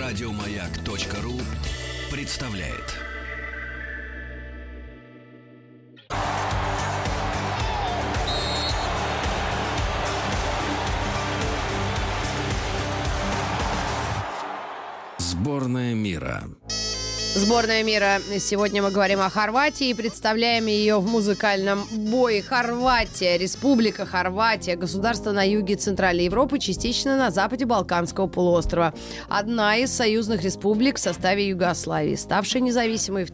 Радиомаяк.ру представляет. Сборная мира. Сборная мира. Сегодня мы говорим о Хорватии и представляем ее в музыкальном бое. Хорватия, Республика Хорватия, государство на юге Центральной Европы, частично на западе Балканского полуострова. Одна из союзных республик в составе Югославии, ставшая независимой в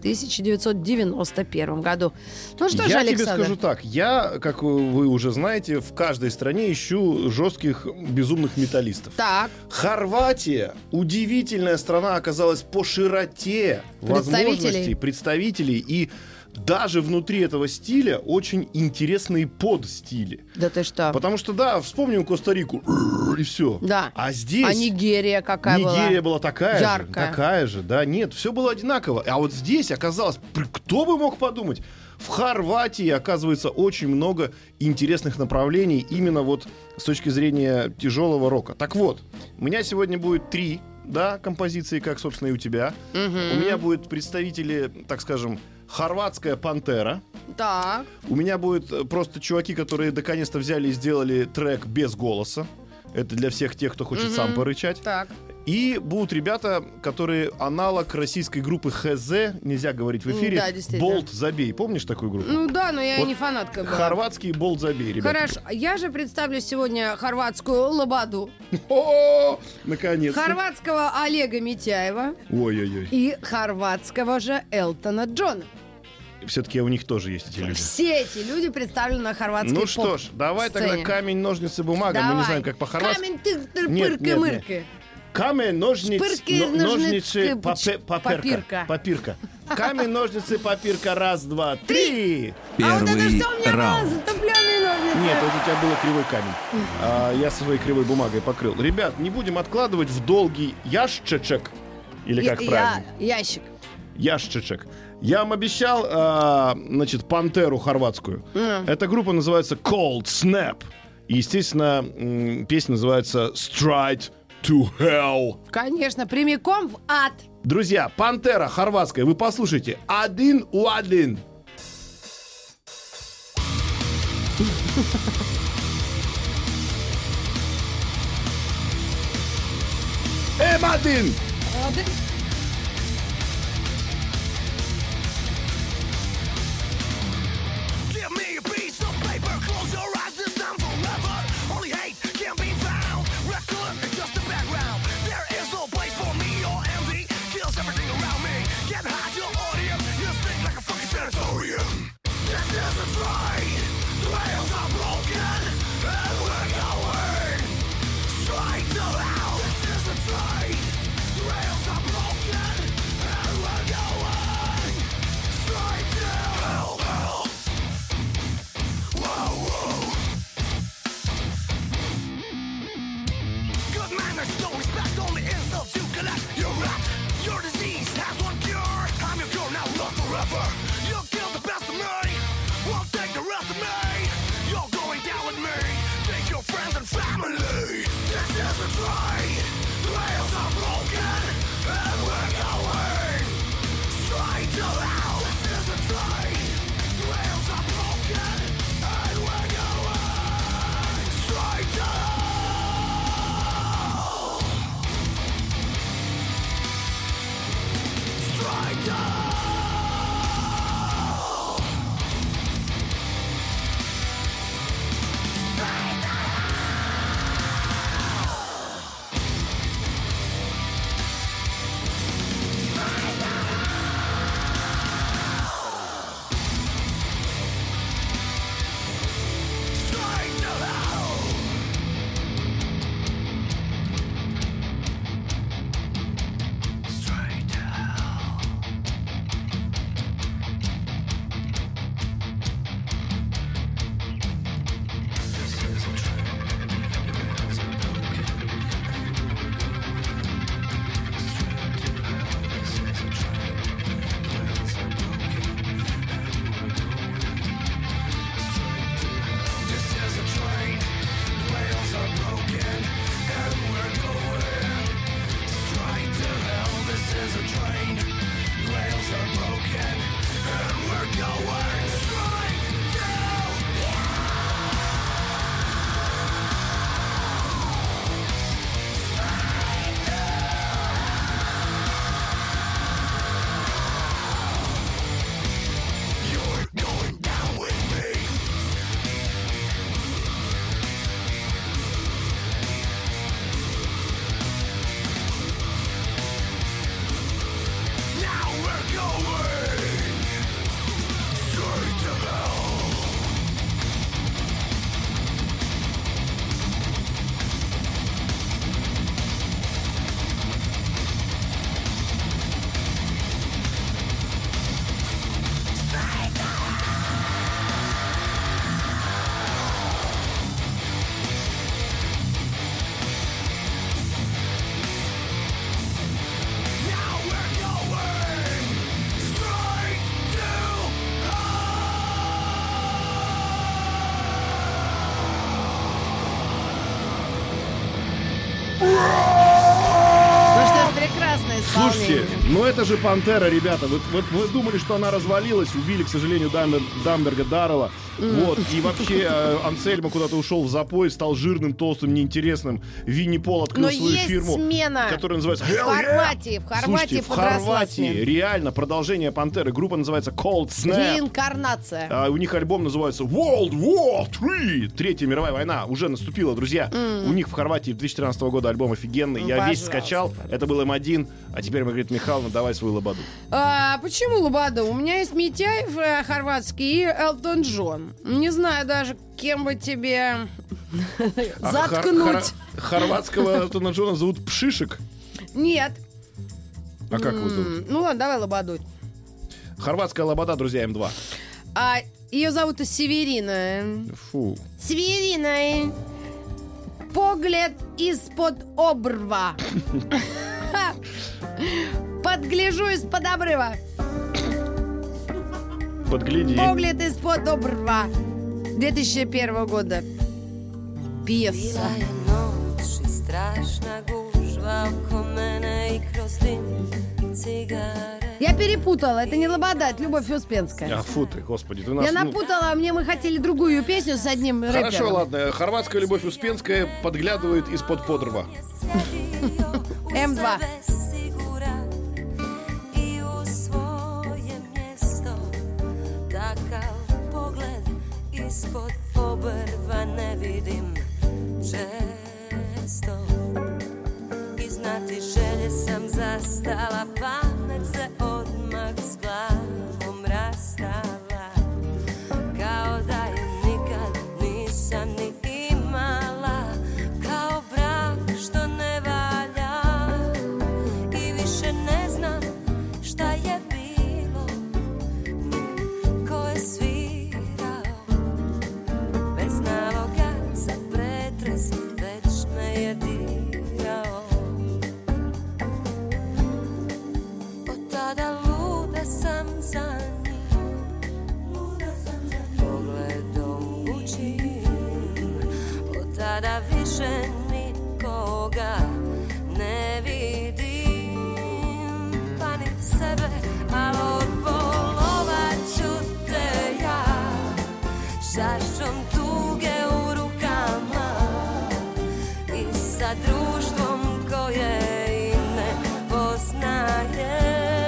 1991 году. Ну что же, Александр? Я тебе скажу так. Я, как вы уже знаете, в каждой стране ищу жестких, безумных металлистов. Так. Хорватия, удивительная страна, оказалась по широте возможностей, представителей, и даже внутри этого стиля очень интересные подстили. Да ты что? Потому что, да, вспомним Коста-Рику, и все. Да. А здесь... А Нигерия какая была? Нигерия была такая яркая. же, такая же, да, нет, все было одинаково. А вот здесь оказалось, кто бы мог подумать, в Хорватии, оказывается, очень много интересных направлений именно вот с точки зрения тяжелого рока. Так вот, у меня сегодня будет 3 композиции, как, собственно, и у тебя. У меня будут представители, так скажем, хорватская пантера. Так. У меня будут просто чуваки, которые наконец-то взяли и сделали трек без голоса. Это для всех тех, кто хочет сам порычать. Так. И будут ребята, которые аналог российской группы ХЗ, нельзя говорить в эфире, да, действительно. Болт Забей. Помнишь такую группу? Ну да, но я Вот не фанатка была. Хорватский Болт Забей, ребята. Хорошо, я же представлю сегодня хорватскую Лободу, О, наконец-то. хорватского Олега Митяева Ой-ой-ой. и хорватского же Элтона Джона. Все-таки у них тоже есть эти люди. Все эти люди представлены на хорватской Ну что ж, давай тогда камень, ножницы, бумага. Мы не знаем, как по-хорватски. Камень, ты, Нет, пырка, нет, мырка. Камень, Шпырки, ножницы, ножницы, папирка. Папирка. Камень, ножницы, папирка. Раз, два, 3. А вот это Первый что у меня было? раунд. Затопленные ножницы. Нет, это у тебя был кривой камень. Я своей кривой бумагой покрыл. Ребят, не будем откладывать в долгий ящичек. Или как правильно? Ящик. Ящичек. Я вам обещал, значит, пантеру хорватскую. Эта группа называется Cold Snap. И, естественно, песня называется Straight to Hell. Конечно, прямиком в ад. Друзья, пантера хорватская, вы послушайте. Один у один. М1. Слушайте, ну это же «Пантера», ребята. Вот вы думали, что она развалилась, убили, к сожалению, Дамберга Даррелла. Вот. И вообще Ансельмо куда-то ушел в запой, стал жирным, толстым, неинтересным. Винни Пол открыл свою фирму, которая называется Hell Хорватии. В Хорватии. Слушайте, в Хорватии реально продолжение «Пантеры». Группа называется Cold Snap. Реинкарнация. У них альбом называется World War III. Третья мировая война уже наступила, друзья. У них в Хорватии 2013 года альбом офигенный. Я весь скачал. Это был М1. А теперь, Маргарита Михайловна, давай свою лободу. Почему лободу? У меня есть Митяев хорватский и Элтон Джон. Не знаю даже, кем бы тебе заткнуть. Хорватского Элтона Джона зовут Пшишек? Нет. А как его зовут? Ну ладно, давай лободу. Хорватская лобода, друзья, М2. Ее зовут Северина. Фу. Северина. Погляд из-под обрва. Подгляжу из-под обрыва. Подгляди. Погляд из-под обрва. 2001 года. Пьеса. Я перепутала, это не лобода, это Любовь Успенская. Фу ты, господи, ты нас... Я напутала, мы хотели другую песню с одним рэпером. Хорошо, ладно, хорватская Любовь Успенская подглядывает из-под подрва. М2. Ispod obrva ne vidim često I znati želje sam zastala Pamet se odmah s glavom rastala Kao da je nikad nisam ni imala Kao brak što ne valja I više ne znam šta je bilo Ko je svirao Bez naloga za pretres već me je dirao Od tada luda sam za njim Pogledom učim Od tada više nikoga ne vidim Pa ni sebe, al odbolovat ću te ja Šašom tuge u rukama I sa društvom koje i ne poznajem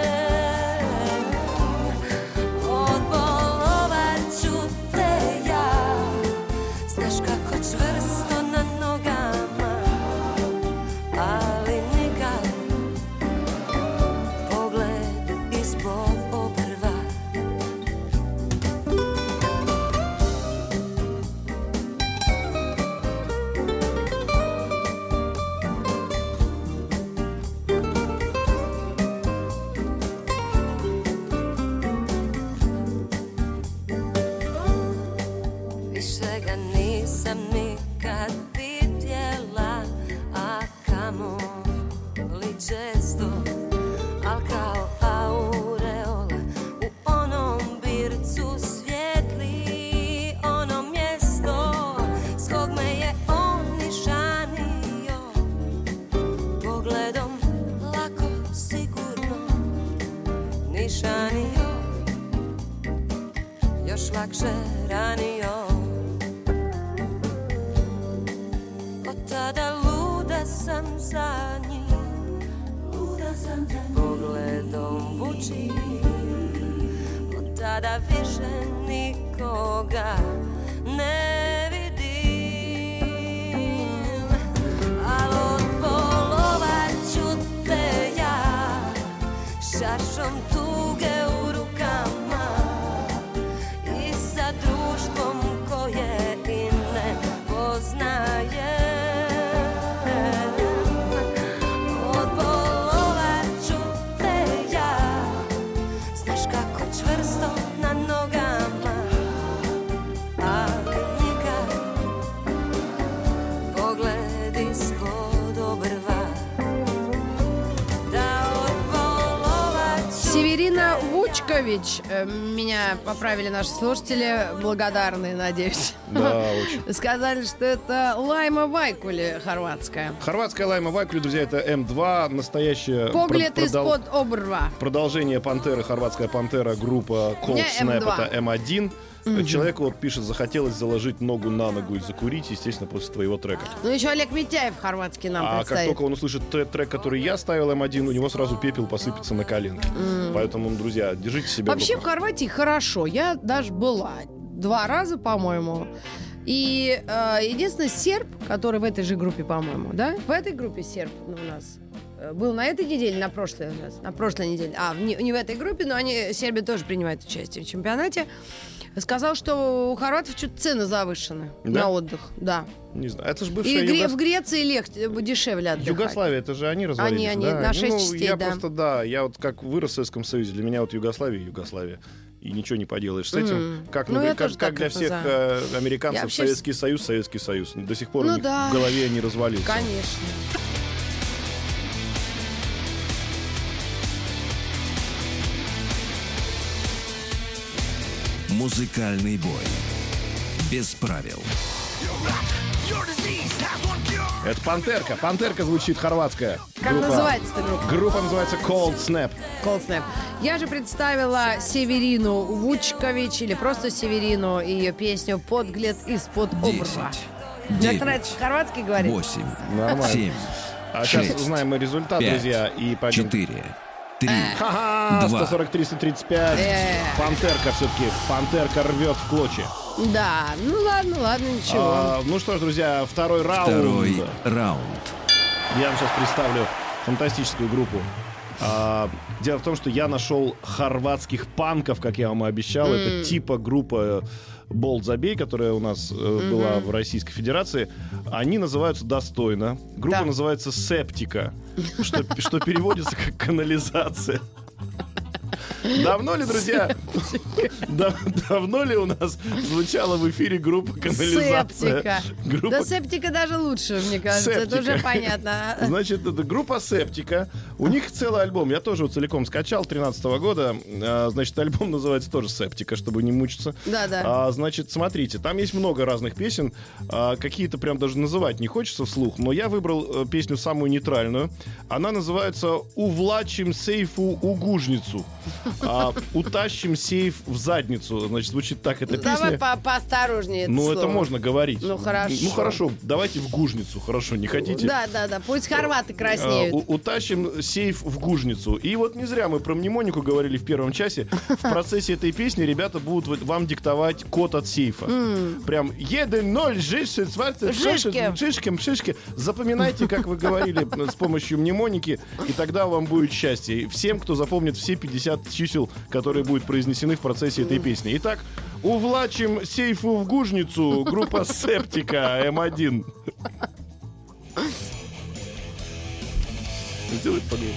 Odbolovat ću te ja Znaš kako čvrsto na nogama Ali nikad pogled ispod obrva Više ga nisam nikad vidjela A kamo li često Al kao aureola U onom bircu svijetli Ono mjesto S kog me je on nišanio Pogledom lako sigurno Nišanio Još lakše ranio Od tada luda sam za njim Pogledom vučim Od tada više nikoga ne vidim Al odbolovat ću te ja Šašom tuge u rukama I sa društvom koje i ne poznajem Odbolovat ću te ja Znaš kako čvrsto na nogama Ali nikad Вучкович. Меня поправили наши слушатели, благодарные, надеюсь. Да, очень. Сказали, что это лайма вайкули хорватская. Хорватская лайма вайкули, друзья, это М2, настоящее Погляд из-под обрва. продолжение Пантеры, хорватская Пантера, группа Cold меня Snap, М2. это М1. Человеку вот пишет, захотелось заложить ногу на ногу и закурить, естественно, после твоего трека. Ну, еще Олег Митяев хорватский нам А как представит. только он услышит трек, который я ставил М1, у него сразу пепел посыпется на коленки. Поэтому, друзья, держите себя Вообще в в руках. Хорватии хорошо. Я даже была 2 раза, по-моему. И единственный серб, который в этой же группе, по-моему, да? В этой группе серб у нас был на этой неделе, на прошлой у нас, на прошлой неделе. Не в этой группе, но Сербия тоже принимает участие в чемпионате. Сказал, что у хорватов что-то цены завышены на отдых. Да. Не знаю, это же И бывшая в Греции легче, дешевле отдыхать. Югославия, это же они развалились, Они, да? на 6 частей, я да. просто, да, я вот как вырос в Советском Союзе, для меня вот Югославия. И ничего не поделаешь с этим. Как, Ну, я как, тоже как так для это всех американцев Я вообще Советский Союз. До сих пор Ну у них да. в голове не развалился. Конечно. Музыкальный бой. Без правил. Это Пантерка. Пантерка звучит хорватская. Как называется эта группа? Группа называется Cold Snap. Cold Snap. Я же представила Северину Вучкович, или просто Северину, и ее песню «Подгляд из-под 10, обрва». Мне 9, нравится хорватский говорит. 8, Нормально. 7, А сейчас 6, узнаем мы результат, 5, друзья. И пойдем. 4, 3, Ха-ха! 2. 143-135. Пантерка все-таки. Пантерка рвет в клочья. Да, ну ладно, ничего. Ну что ж, друзья, второй раунд. Второй раунд. Я вам сейчас представлю фантастическую группу. Дело в том, что я нашел хорватских панков, как я вам и обещал. Это типа группа Болт Забей, которая у нас была в Российской Федерации. Они называются достойно. Группа Да. называется Септика, что переводится как канализация. Давно ли, друзья, давно ли у нас звучала в эфире группа «Канализация»? Септика. Группа- Да септика даже лучше, мне кажется. Это Септика. уже понятно. Значит, это группа «Септика». У них целый альбом. Я тоже его целиком скачал 2013 года. Значит, альбом называется тоже «Септика», чтобы не мучиться. Да. Значит, смотрите, там есть много разных песен. Какие-то прям даже называть не хочется вслух. Но я выбрал песню самую нейтральную. Она называется «Увлачим сейфу угужницу». «Утащим сейф в задницу». Значит, звучит так эта Давай песня. поосторожнее. Ну, это это можно говорить. Ну, хорошо. Ну, хорошо, давайте в гужницу. Хорошо, не хотите? Да. Пусть хорваты краснеют. Утащим сейф в гужницу. И вот не зря мы про мнемонику говорили в первом часе. В процессе этой песни ребята будут вам диктовать код от сейфа. Прям 1, 0, 6, 20, шишки. Запоминайте, как вы говорили, с помощью мнемоники, и тогда вам будет счастье. И всем, кто запомнит все 50 чисел, которые будут произнесены в процессе этой песни. Итак, увлачим сейфу в гужницу. Группа Септика М1. Сделай погромче.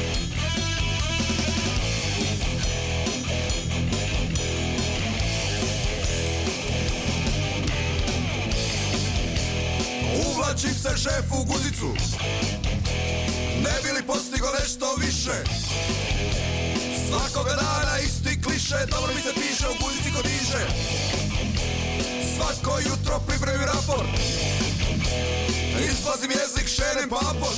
Uvlačim se šef u guzicu, ne bi li postigo nešto više. Svakoga dana isti kliše, dobro mi se piše u guzici ko diže. Svako jutro pripremim raport, izlazim jezik, šenem papor.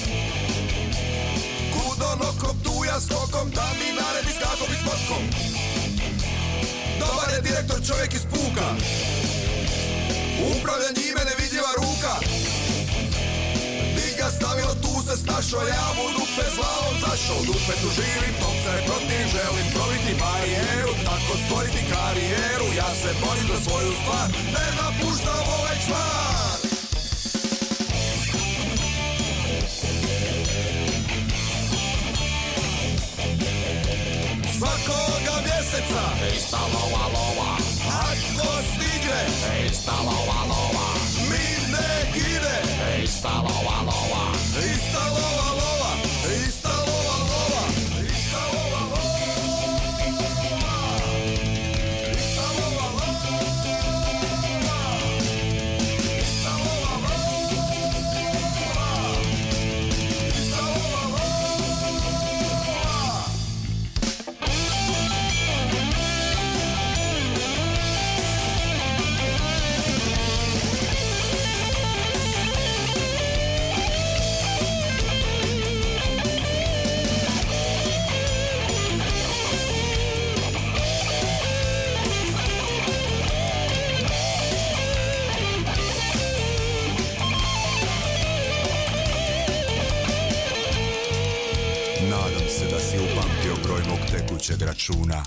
Kudo nokom, tuja skokom, da mi naredi skakom i spotkom. Dobar je direktor, čovjek iz puka, upravlja njime nevidljiva ruka. Di ga stavilo, tu se snašao, ja mu dupe s glavom zašao. U dupe tu živim, tom se protiv, želim probiti barijeru, tako stvoriti karijeru. Ja se borim za svoju stvar, ne napuštam ovaj čvar. Svakoga mjeseca ista lova lova, ako stigne ista lova lova, mi ne ide ista lova lova, ista lova lova, ista lova lova, ista lova lova, ista lova lova, ista broj mog tekućeg računa.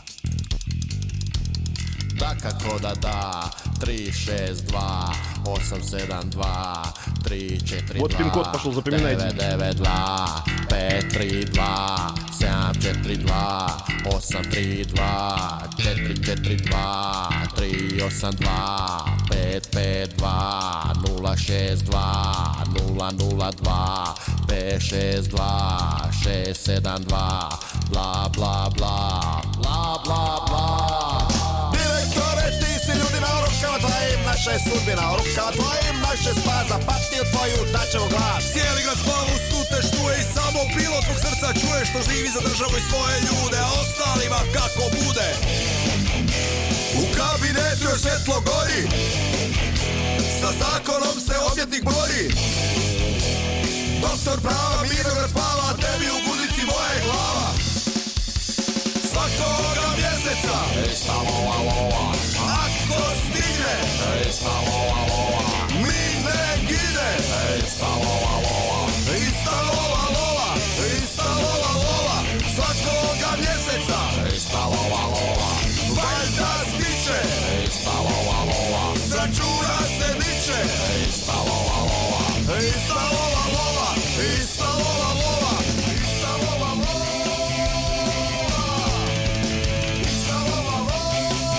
Dakako da, 362 872 342 Вот пин-код пошел, запоминайте. 992 532 742 832 442 382 552 062 002 562 672 bla bla bla bla bla bla. Direktore, ti si ljudima u rukama tvojim, naša je sudbina u rukama tvojim, naše spas za partiju tvoju, daćemo glas. Cijeli grad slavu stute štuje i samo bilo tvog srca čuje što živi za državu i svoje ljude, a ostalima kako bude. U kabinetu još svetlo gori, sa zakonom se odvjetnik bori. Doktor prava mirno spava, tebi u guzici moja je glava. Svakoga mjeseca Ista lova lova, ako stigne ista lova lova, mi ne gine. ista lova lova, Ista lova lova, ista lova lova, svakoga mjeseca ista lova lova, valjda stiče, ista lova lova, s računa se diče. ista lova lova. Ista lova lova, ista lova lova, ista lova lova, ista lova lova,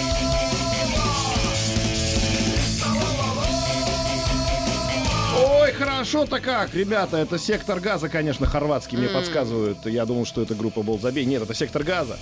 ista lova lova. Ой, хорошо-то как, ребята, это «Сектор газа», конечно, хорватский, мне подсказывают. Я думал, что это группа «Бол Забей». Нет, это «Сектор газа».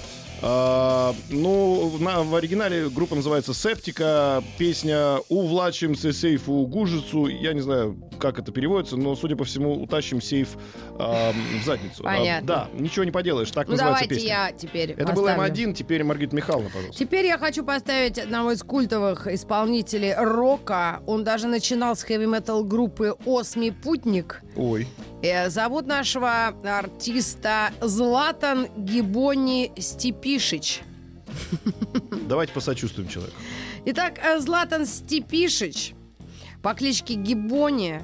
В оригинале группа называется «Септика». Песня «Увлачим сейфу гужицу». Я не знаю, как это переводится, но, судя по всему, утащим сейф в задницу. Понятно. Да, ничего не поделаешь, так Ну, называется давайте песня. я теперь Это поставлю. был М1, теперь Маргарита Михайловна, пожалуйста. Теперь я хочу поставить одного из культовых исполнителей рока. Он даже начинал с хэви-метал группы «Осмий путник». Ой. Зовут нашего артиста Златан Гибони Степишич. Давайте посочувствуем человеку. Итак, Златан Степишич по кличке Гибони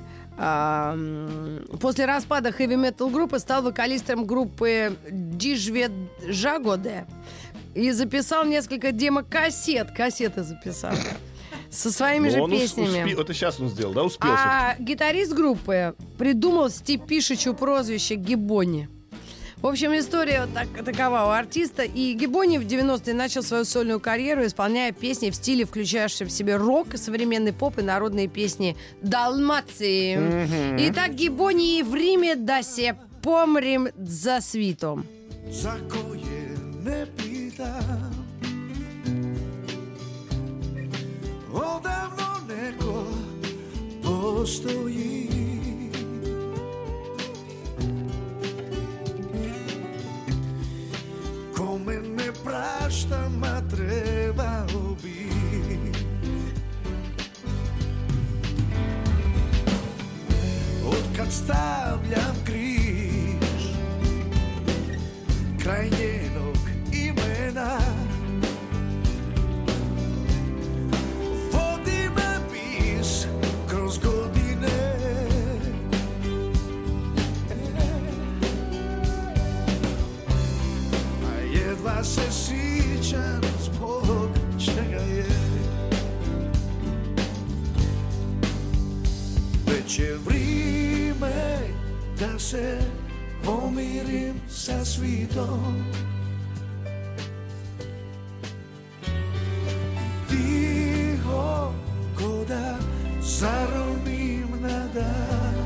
после распада хэви-метал группы стал вокалистом группы Дижве Жагоде и записал несколько демо-кассет. Кассеты записал. Со своими же Он песнями. это сейчас он сделал, да, успел. А гитарист группы придумал Степишичу прозвище Гибони. В общем, история вот такова у артиста. И Гибони в 90-е начал свою сольную карьеру, исполняя песни в стиле, включающие в себе рок, современный поп и народные песни Далмации. Итак, Гибони в Риме да се помрим за свитом. Za koje ne pitam, odavno neko postoji. Kome ne praštam, a trebao bi. Otkad stavljam križ kraj njenog imena, vodi me bis kroz godine. A jedva se sjećam zbog čega je. Već je vrijeme da se pomirim sa svitom. Tiho ko da zaronim na dan.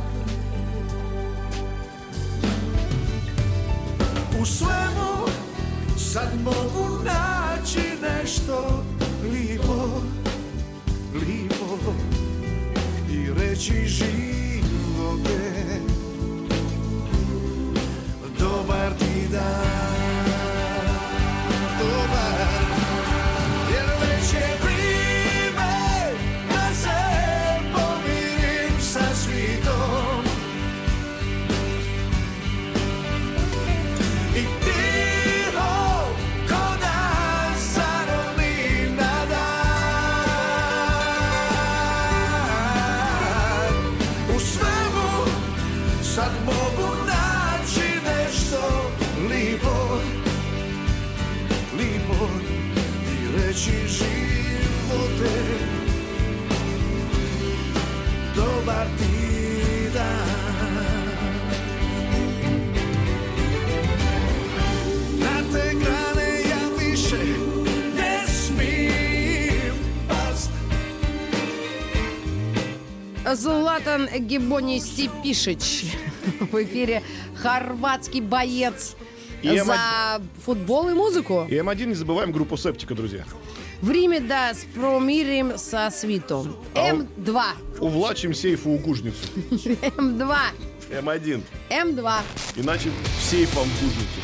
U svemu sad mogu naći nešto lipo, lipo i reći živote. Dobar ti dan, dobar, jer već je vrijeme da se pomirim sa svitom. I tiho ko da zaronim na dan. U svemu sad mogu naći nešto lipo, naši živote. Dobar ti dan. Na te grane ja više ne smijem past. Златан Гебоний-Степишич. В эфире хорватский боец И за футбол и музыку. И М1 не забываем группу Септика, друзья. Время да с промирим со свитом. М2. Увлачим сейфу у гужницу. М2. М1. М2. Иначе сейфом в гужницу.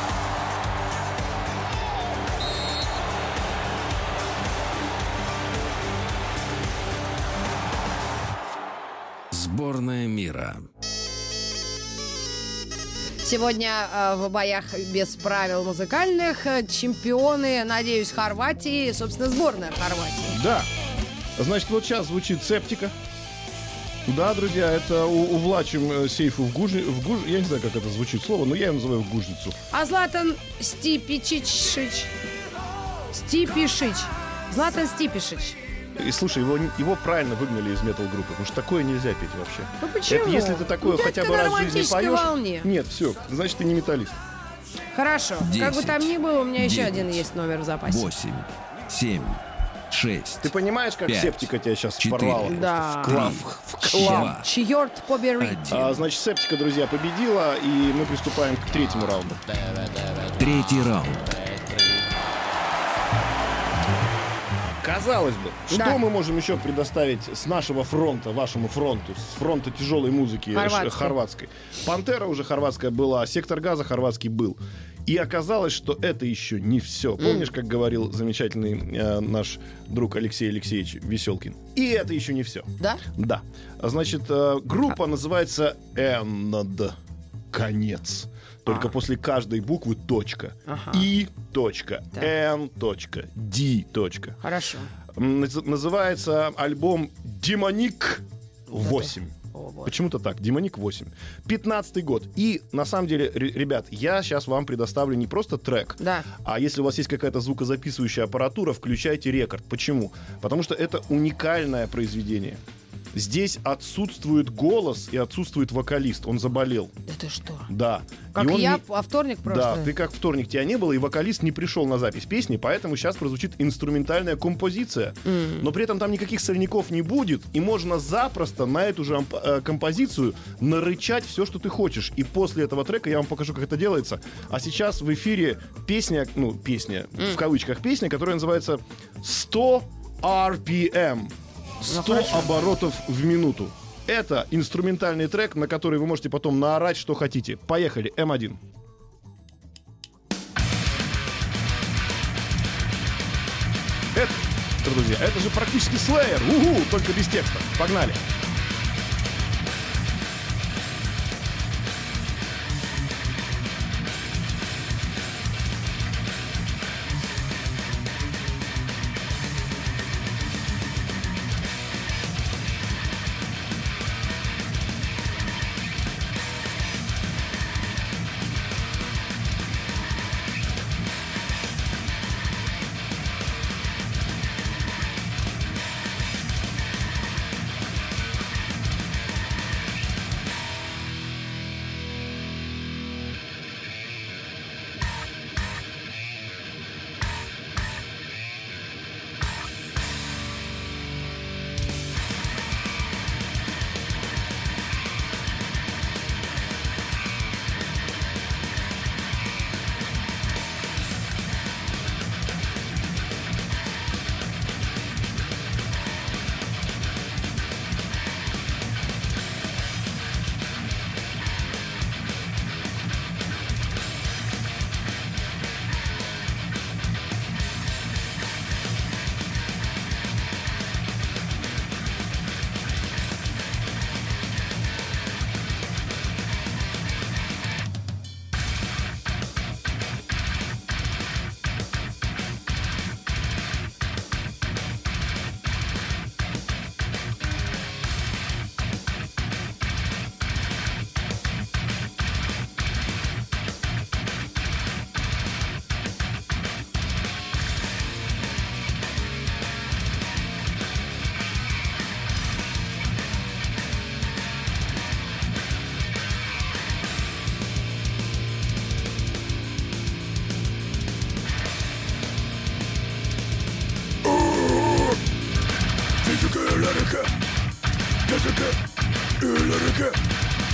Сборная мира. Сегодня в боях без правил музыкальных чемпионы, надеюсь, Хорватии, собственно, сборная Хорватии. Да. Значит, вот сейчас звучит Септика. Да, друзья, это увлачим сейфу в гужницу. Я не знаю, как это звучит слово, но я его называю в гужницу. А Златан Степишич. Златан Степишич. И слушай, его правильно выгнали из метал-группы, потому что такое нельзя петь вообще. Ну почему? Это если ты такое Ну, хотя дядька бы на раз в жизни романтической поешь... волне. Нет, все, значит, ты не металлист. Хорошо. Как бы 10, там ни было, у меня еще 9, один есть номер в запасе. 8, 7, 6, Ты понимаешь, как 5, Септика тебя сейчас 4, порвала? Да. В клав. 2, Черт побери. 1. Значит, Септика, друзья, победила, и мы приступаем к третьему раунду. Третий раунд. Казалось бы, Да. что мы можем еще предоставить с нашего фронта, вашему фронту, с фронта тяжелой музыки хорватской? Пантера уже хорватская была, Сектор Газа хорватский был. И оказалось, что это еще не все. Помнишь, как говорил замечательный наш друг Алексей Алексеевич Веселкин? И это еще не все. Да? Да. Значит, группа называется «Энд». Конец. Только после каждой буквы точка. Ага. И точка. Так. Н точка. Ди точка. Хорошо. Называется альбом «Демоник 8». О, вот. Почему-то так, «Демоник 8». 15-й год. И, на самом деле, ребят, я сейчас вам предоставлю не просто трек, Да. а если у вас есть какая-то звукозаписывающая аппаратура, включайте рекорд. Почему? Потому что это уникальное произведение. Здесь отсутствует голос и отсутствует вокалист. Он заболел. Да ты что? Да. Как И он я, не- а вторник прошлый. Да, ты как вторник тебя не было, и вокалист не пришел на запись песни, поэтому сейчас прозвучит инструментальная композиция. Но при этом там никаких сольников не будет, и можно запросто на эту же композицию нарычать все, что ты хочешь. И после этого трека я вам покажу, как это делается. А сейчас в эфире песня, в кавычках песня, которая называется 100 RPM. 100 оборотов в минуту. Это инструментальный трек, на который вы можете потом наорать, что хотите. Поехали, М1. Это, друзья, это же практически Slayer. Угу, только без текста. Погнали.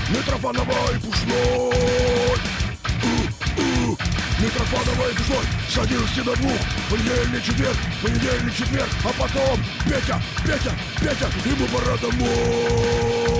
Митрофановой пушной. Митрофановой пушной с 11 до 2. Понедельник, четверг, а потом Петя, ему пора домой.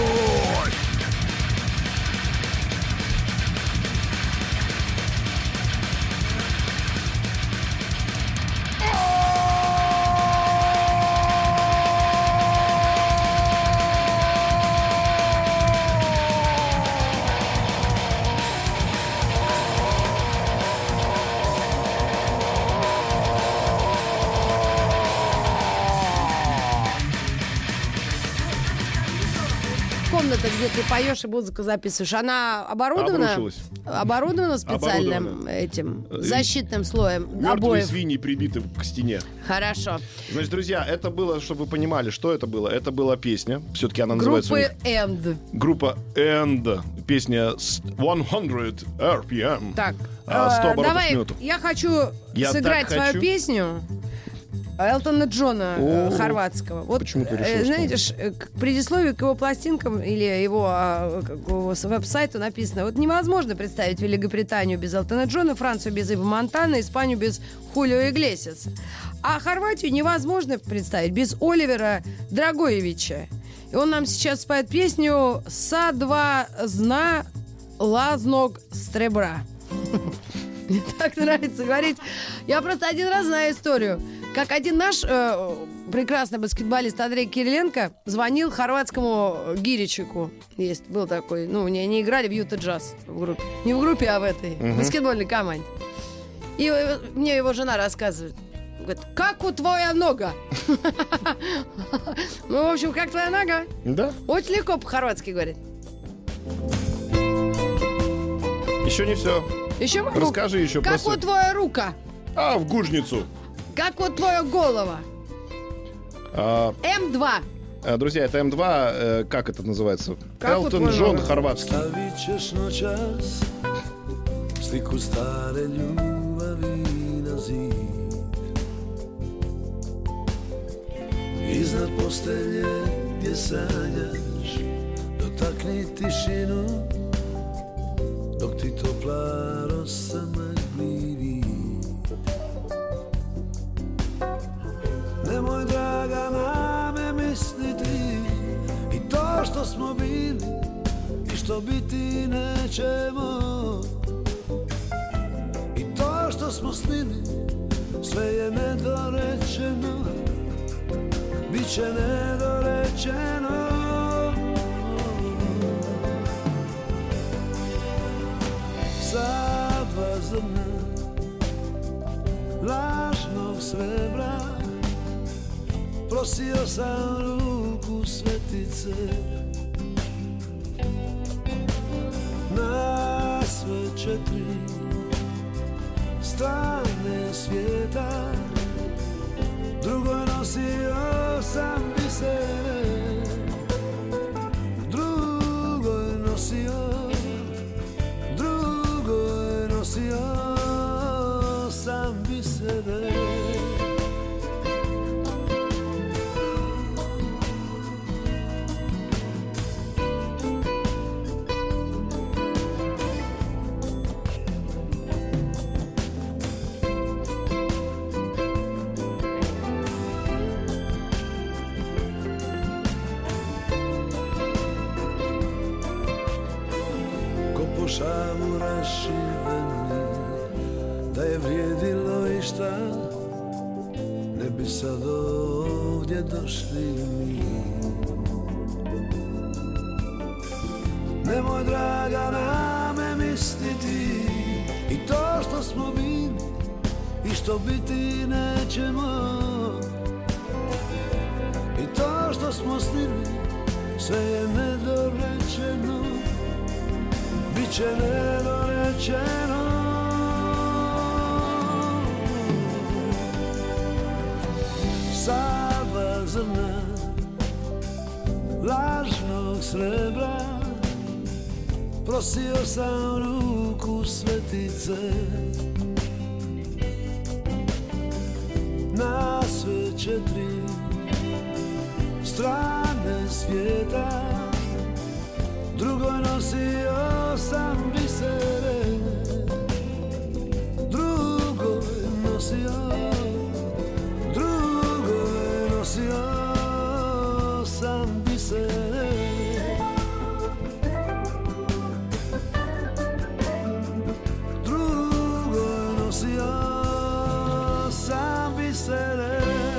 Комната, где ты поешь и музыку записываешь, она оборудована специальным этим защитным слоем Мертвые обоев? свиньи прибиты к стене. Хорошо. Значит, друзья, это было, чтобы вы понимали, что это было. Это была песня. Все-таки она называется... Группы End. Группа End. Песня 100 RPM. Так, 100 оборотов в давай, минуту. я хочу Я сыграть так свою хочу. песню Элтона Джона хорватского. Вот, почему ты решил, знаете, к предисловию к его пластинкам или его веб-сайту написано: вот невозможно представить Великобританию без Элтона Джона, Францию без Иба Монтана, Испанию без Хулио Иглесиаса. А Хорватию невозможно представить без Оливера Драгоевича. И он нам сейчас споет песню «Са два зна лазног стребра». Мне так нравится говорить. Я просто один раз знаю историю, как один наш прекрасный баскетболист Андрей Кириленко звонил хорватскому Гиричику. Был такой, они играли в Юта Джаз в группе. Не в группе, а в этой баскетбольной команде. И мне его жена рассказывает. Говорит, как у твоя нога? В общем, как твоя нога? Да? Очень легко по-хорватски говорит. Еще не все. Еще могу? Расскажи еще. Как просто... вот твоя рука? в гужницу. Как вот твоя голова? М2. Друзья, это М2, как это называется? Как вот Элтон Джон можно? хорватский. Stavit ćeš noćas sliku stare ljubavi na zid. Iznad postelje gdje sanjaš, dotakni tišinu, dok ti topla rosa magli vid. Nemoj, draga, na me misliti i to što smo bili i što biti nećemo, i to što smo snili, sve je nedorečeno, bit će nedorečeno. Sa dva zrna lažnog srebra prosio sam ruku svetice na sve četiri strane svijeta. Drugoj nosio sam bisere, drugoj nosio sam bisere. Šavu rašiveni, da je vrijedilo i šta, ne bi sad ovdje došli mi. Nemoj, draga, na me misliti i to što smo bili i što biti nećemo, i to što smo snili, sve je nedorečeno, biće nedorečeno. Sa dva zrna lažnog srebra prosio sam ruku svetice na sve četiri strane svijeta. Drugoj nosio sam bisere, drugo je nosio sam bisere. Drugo je nosio sam bisere.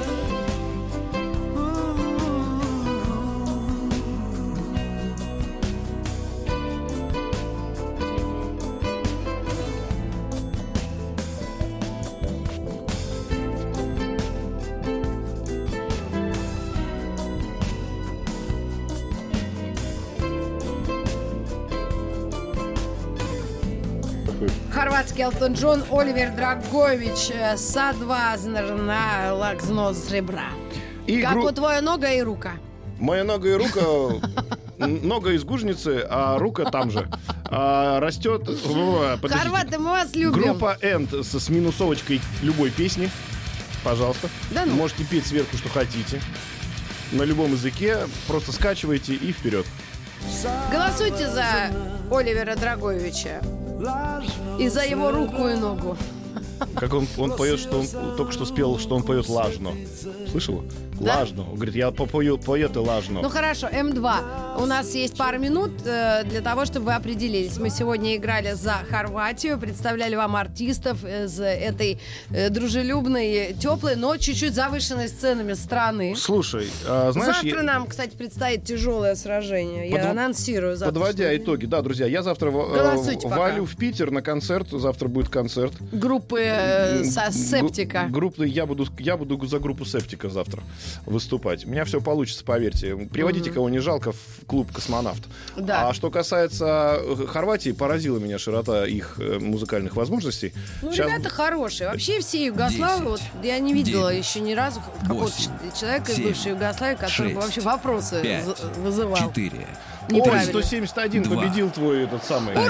Хорватский Элтон Джон, Оливер Драгович, Садвазнерна Лакзнос Ребра. И Как у твоя нога и рука? Моя нога и рука, нога из гужницы, а рука там же. Растет. Подождите. Хорваты, мы вас любим. Группа End с минусовочкой любой песни. Пожалуйста. Да ну. Можете петь сверху, что хотите. На любом языке. Просто скачивайте и вперед. Голосуйте за Оливера Драговича и за его руку и ногу. Как он поет, что он только что спел, что он поет лажно. Слышала? Да? Лажно. Он говорит, я попою поэт и лажно. Ну хорошо, М2. У нас есть пару минут для того, чтобы вы определились. Мы сегодня играли за Хорватию, представляли вам артистов из этой дружелюбной, теплой, но чуть-чуть завышенной сценами страны. Слушай, знаешь... Завтра нам, кстати, предстоит тяжелое сражение. Я анонсирую завтра. Подводя итоги, да, друзья, я завтра валю в Питер на концерт. Завтра будет концерт. Группы Септика. Я буду за группу Септика завтра выступать. У меня все получится, поверьте. Приводите кого не жалко в клуб «Космонавт». Да. А что касается Хорватии, поразила меня широта их музыкальных возможностей. Ну, Сейчас... ребята хорошие. Вообще все югославы, вот я не видела 9, еще ни разу какого-то 8, человека из 7, бывшей Югославии, который 6, бы вообще вопросы 5, вызывал. 4, Ой, Неправильно. 171 2, победил твой этот самый. Как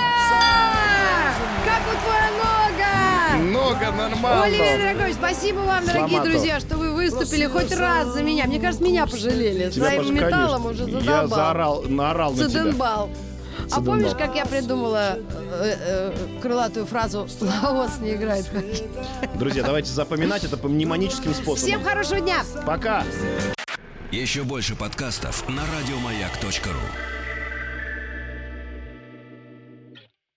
у твоя нога! Много нормально. Оливер Драгович, спасибо вам, дорогие Сломато. друзья, что вы выступили хоть раз за меня. Мне кажется, меня пожалели. Своим металлом уже Я задолбал. наорал на тебя. Циденбал. А Циденбал. помнишь, как я придумала крылатую фразу «Лаос не играет»? Друзья, давайте запоминать это по мнемоническим способам. Всем хорошего дня! Пока. Еще больше подкастов на радиомаяк.ру.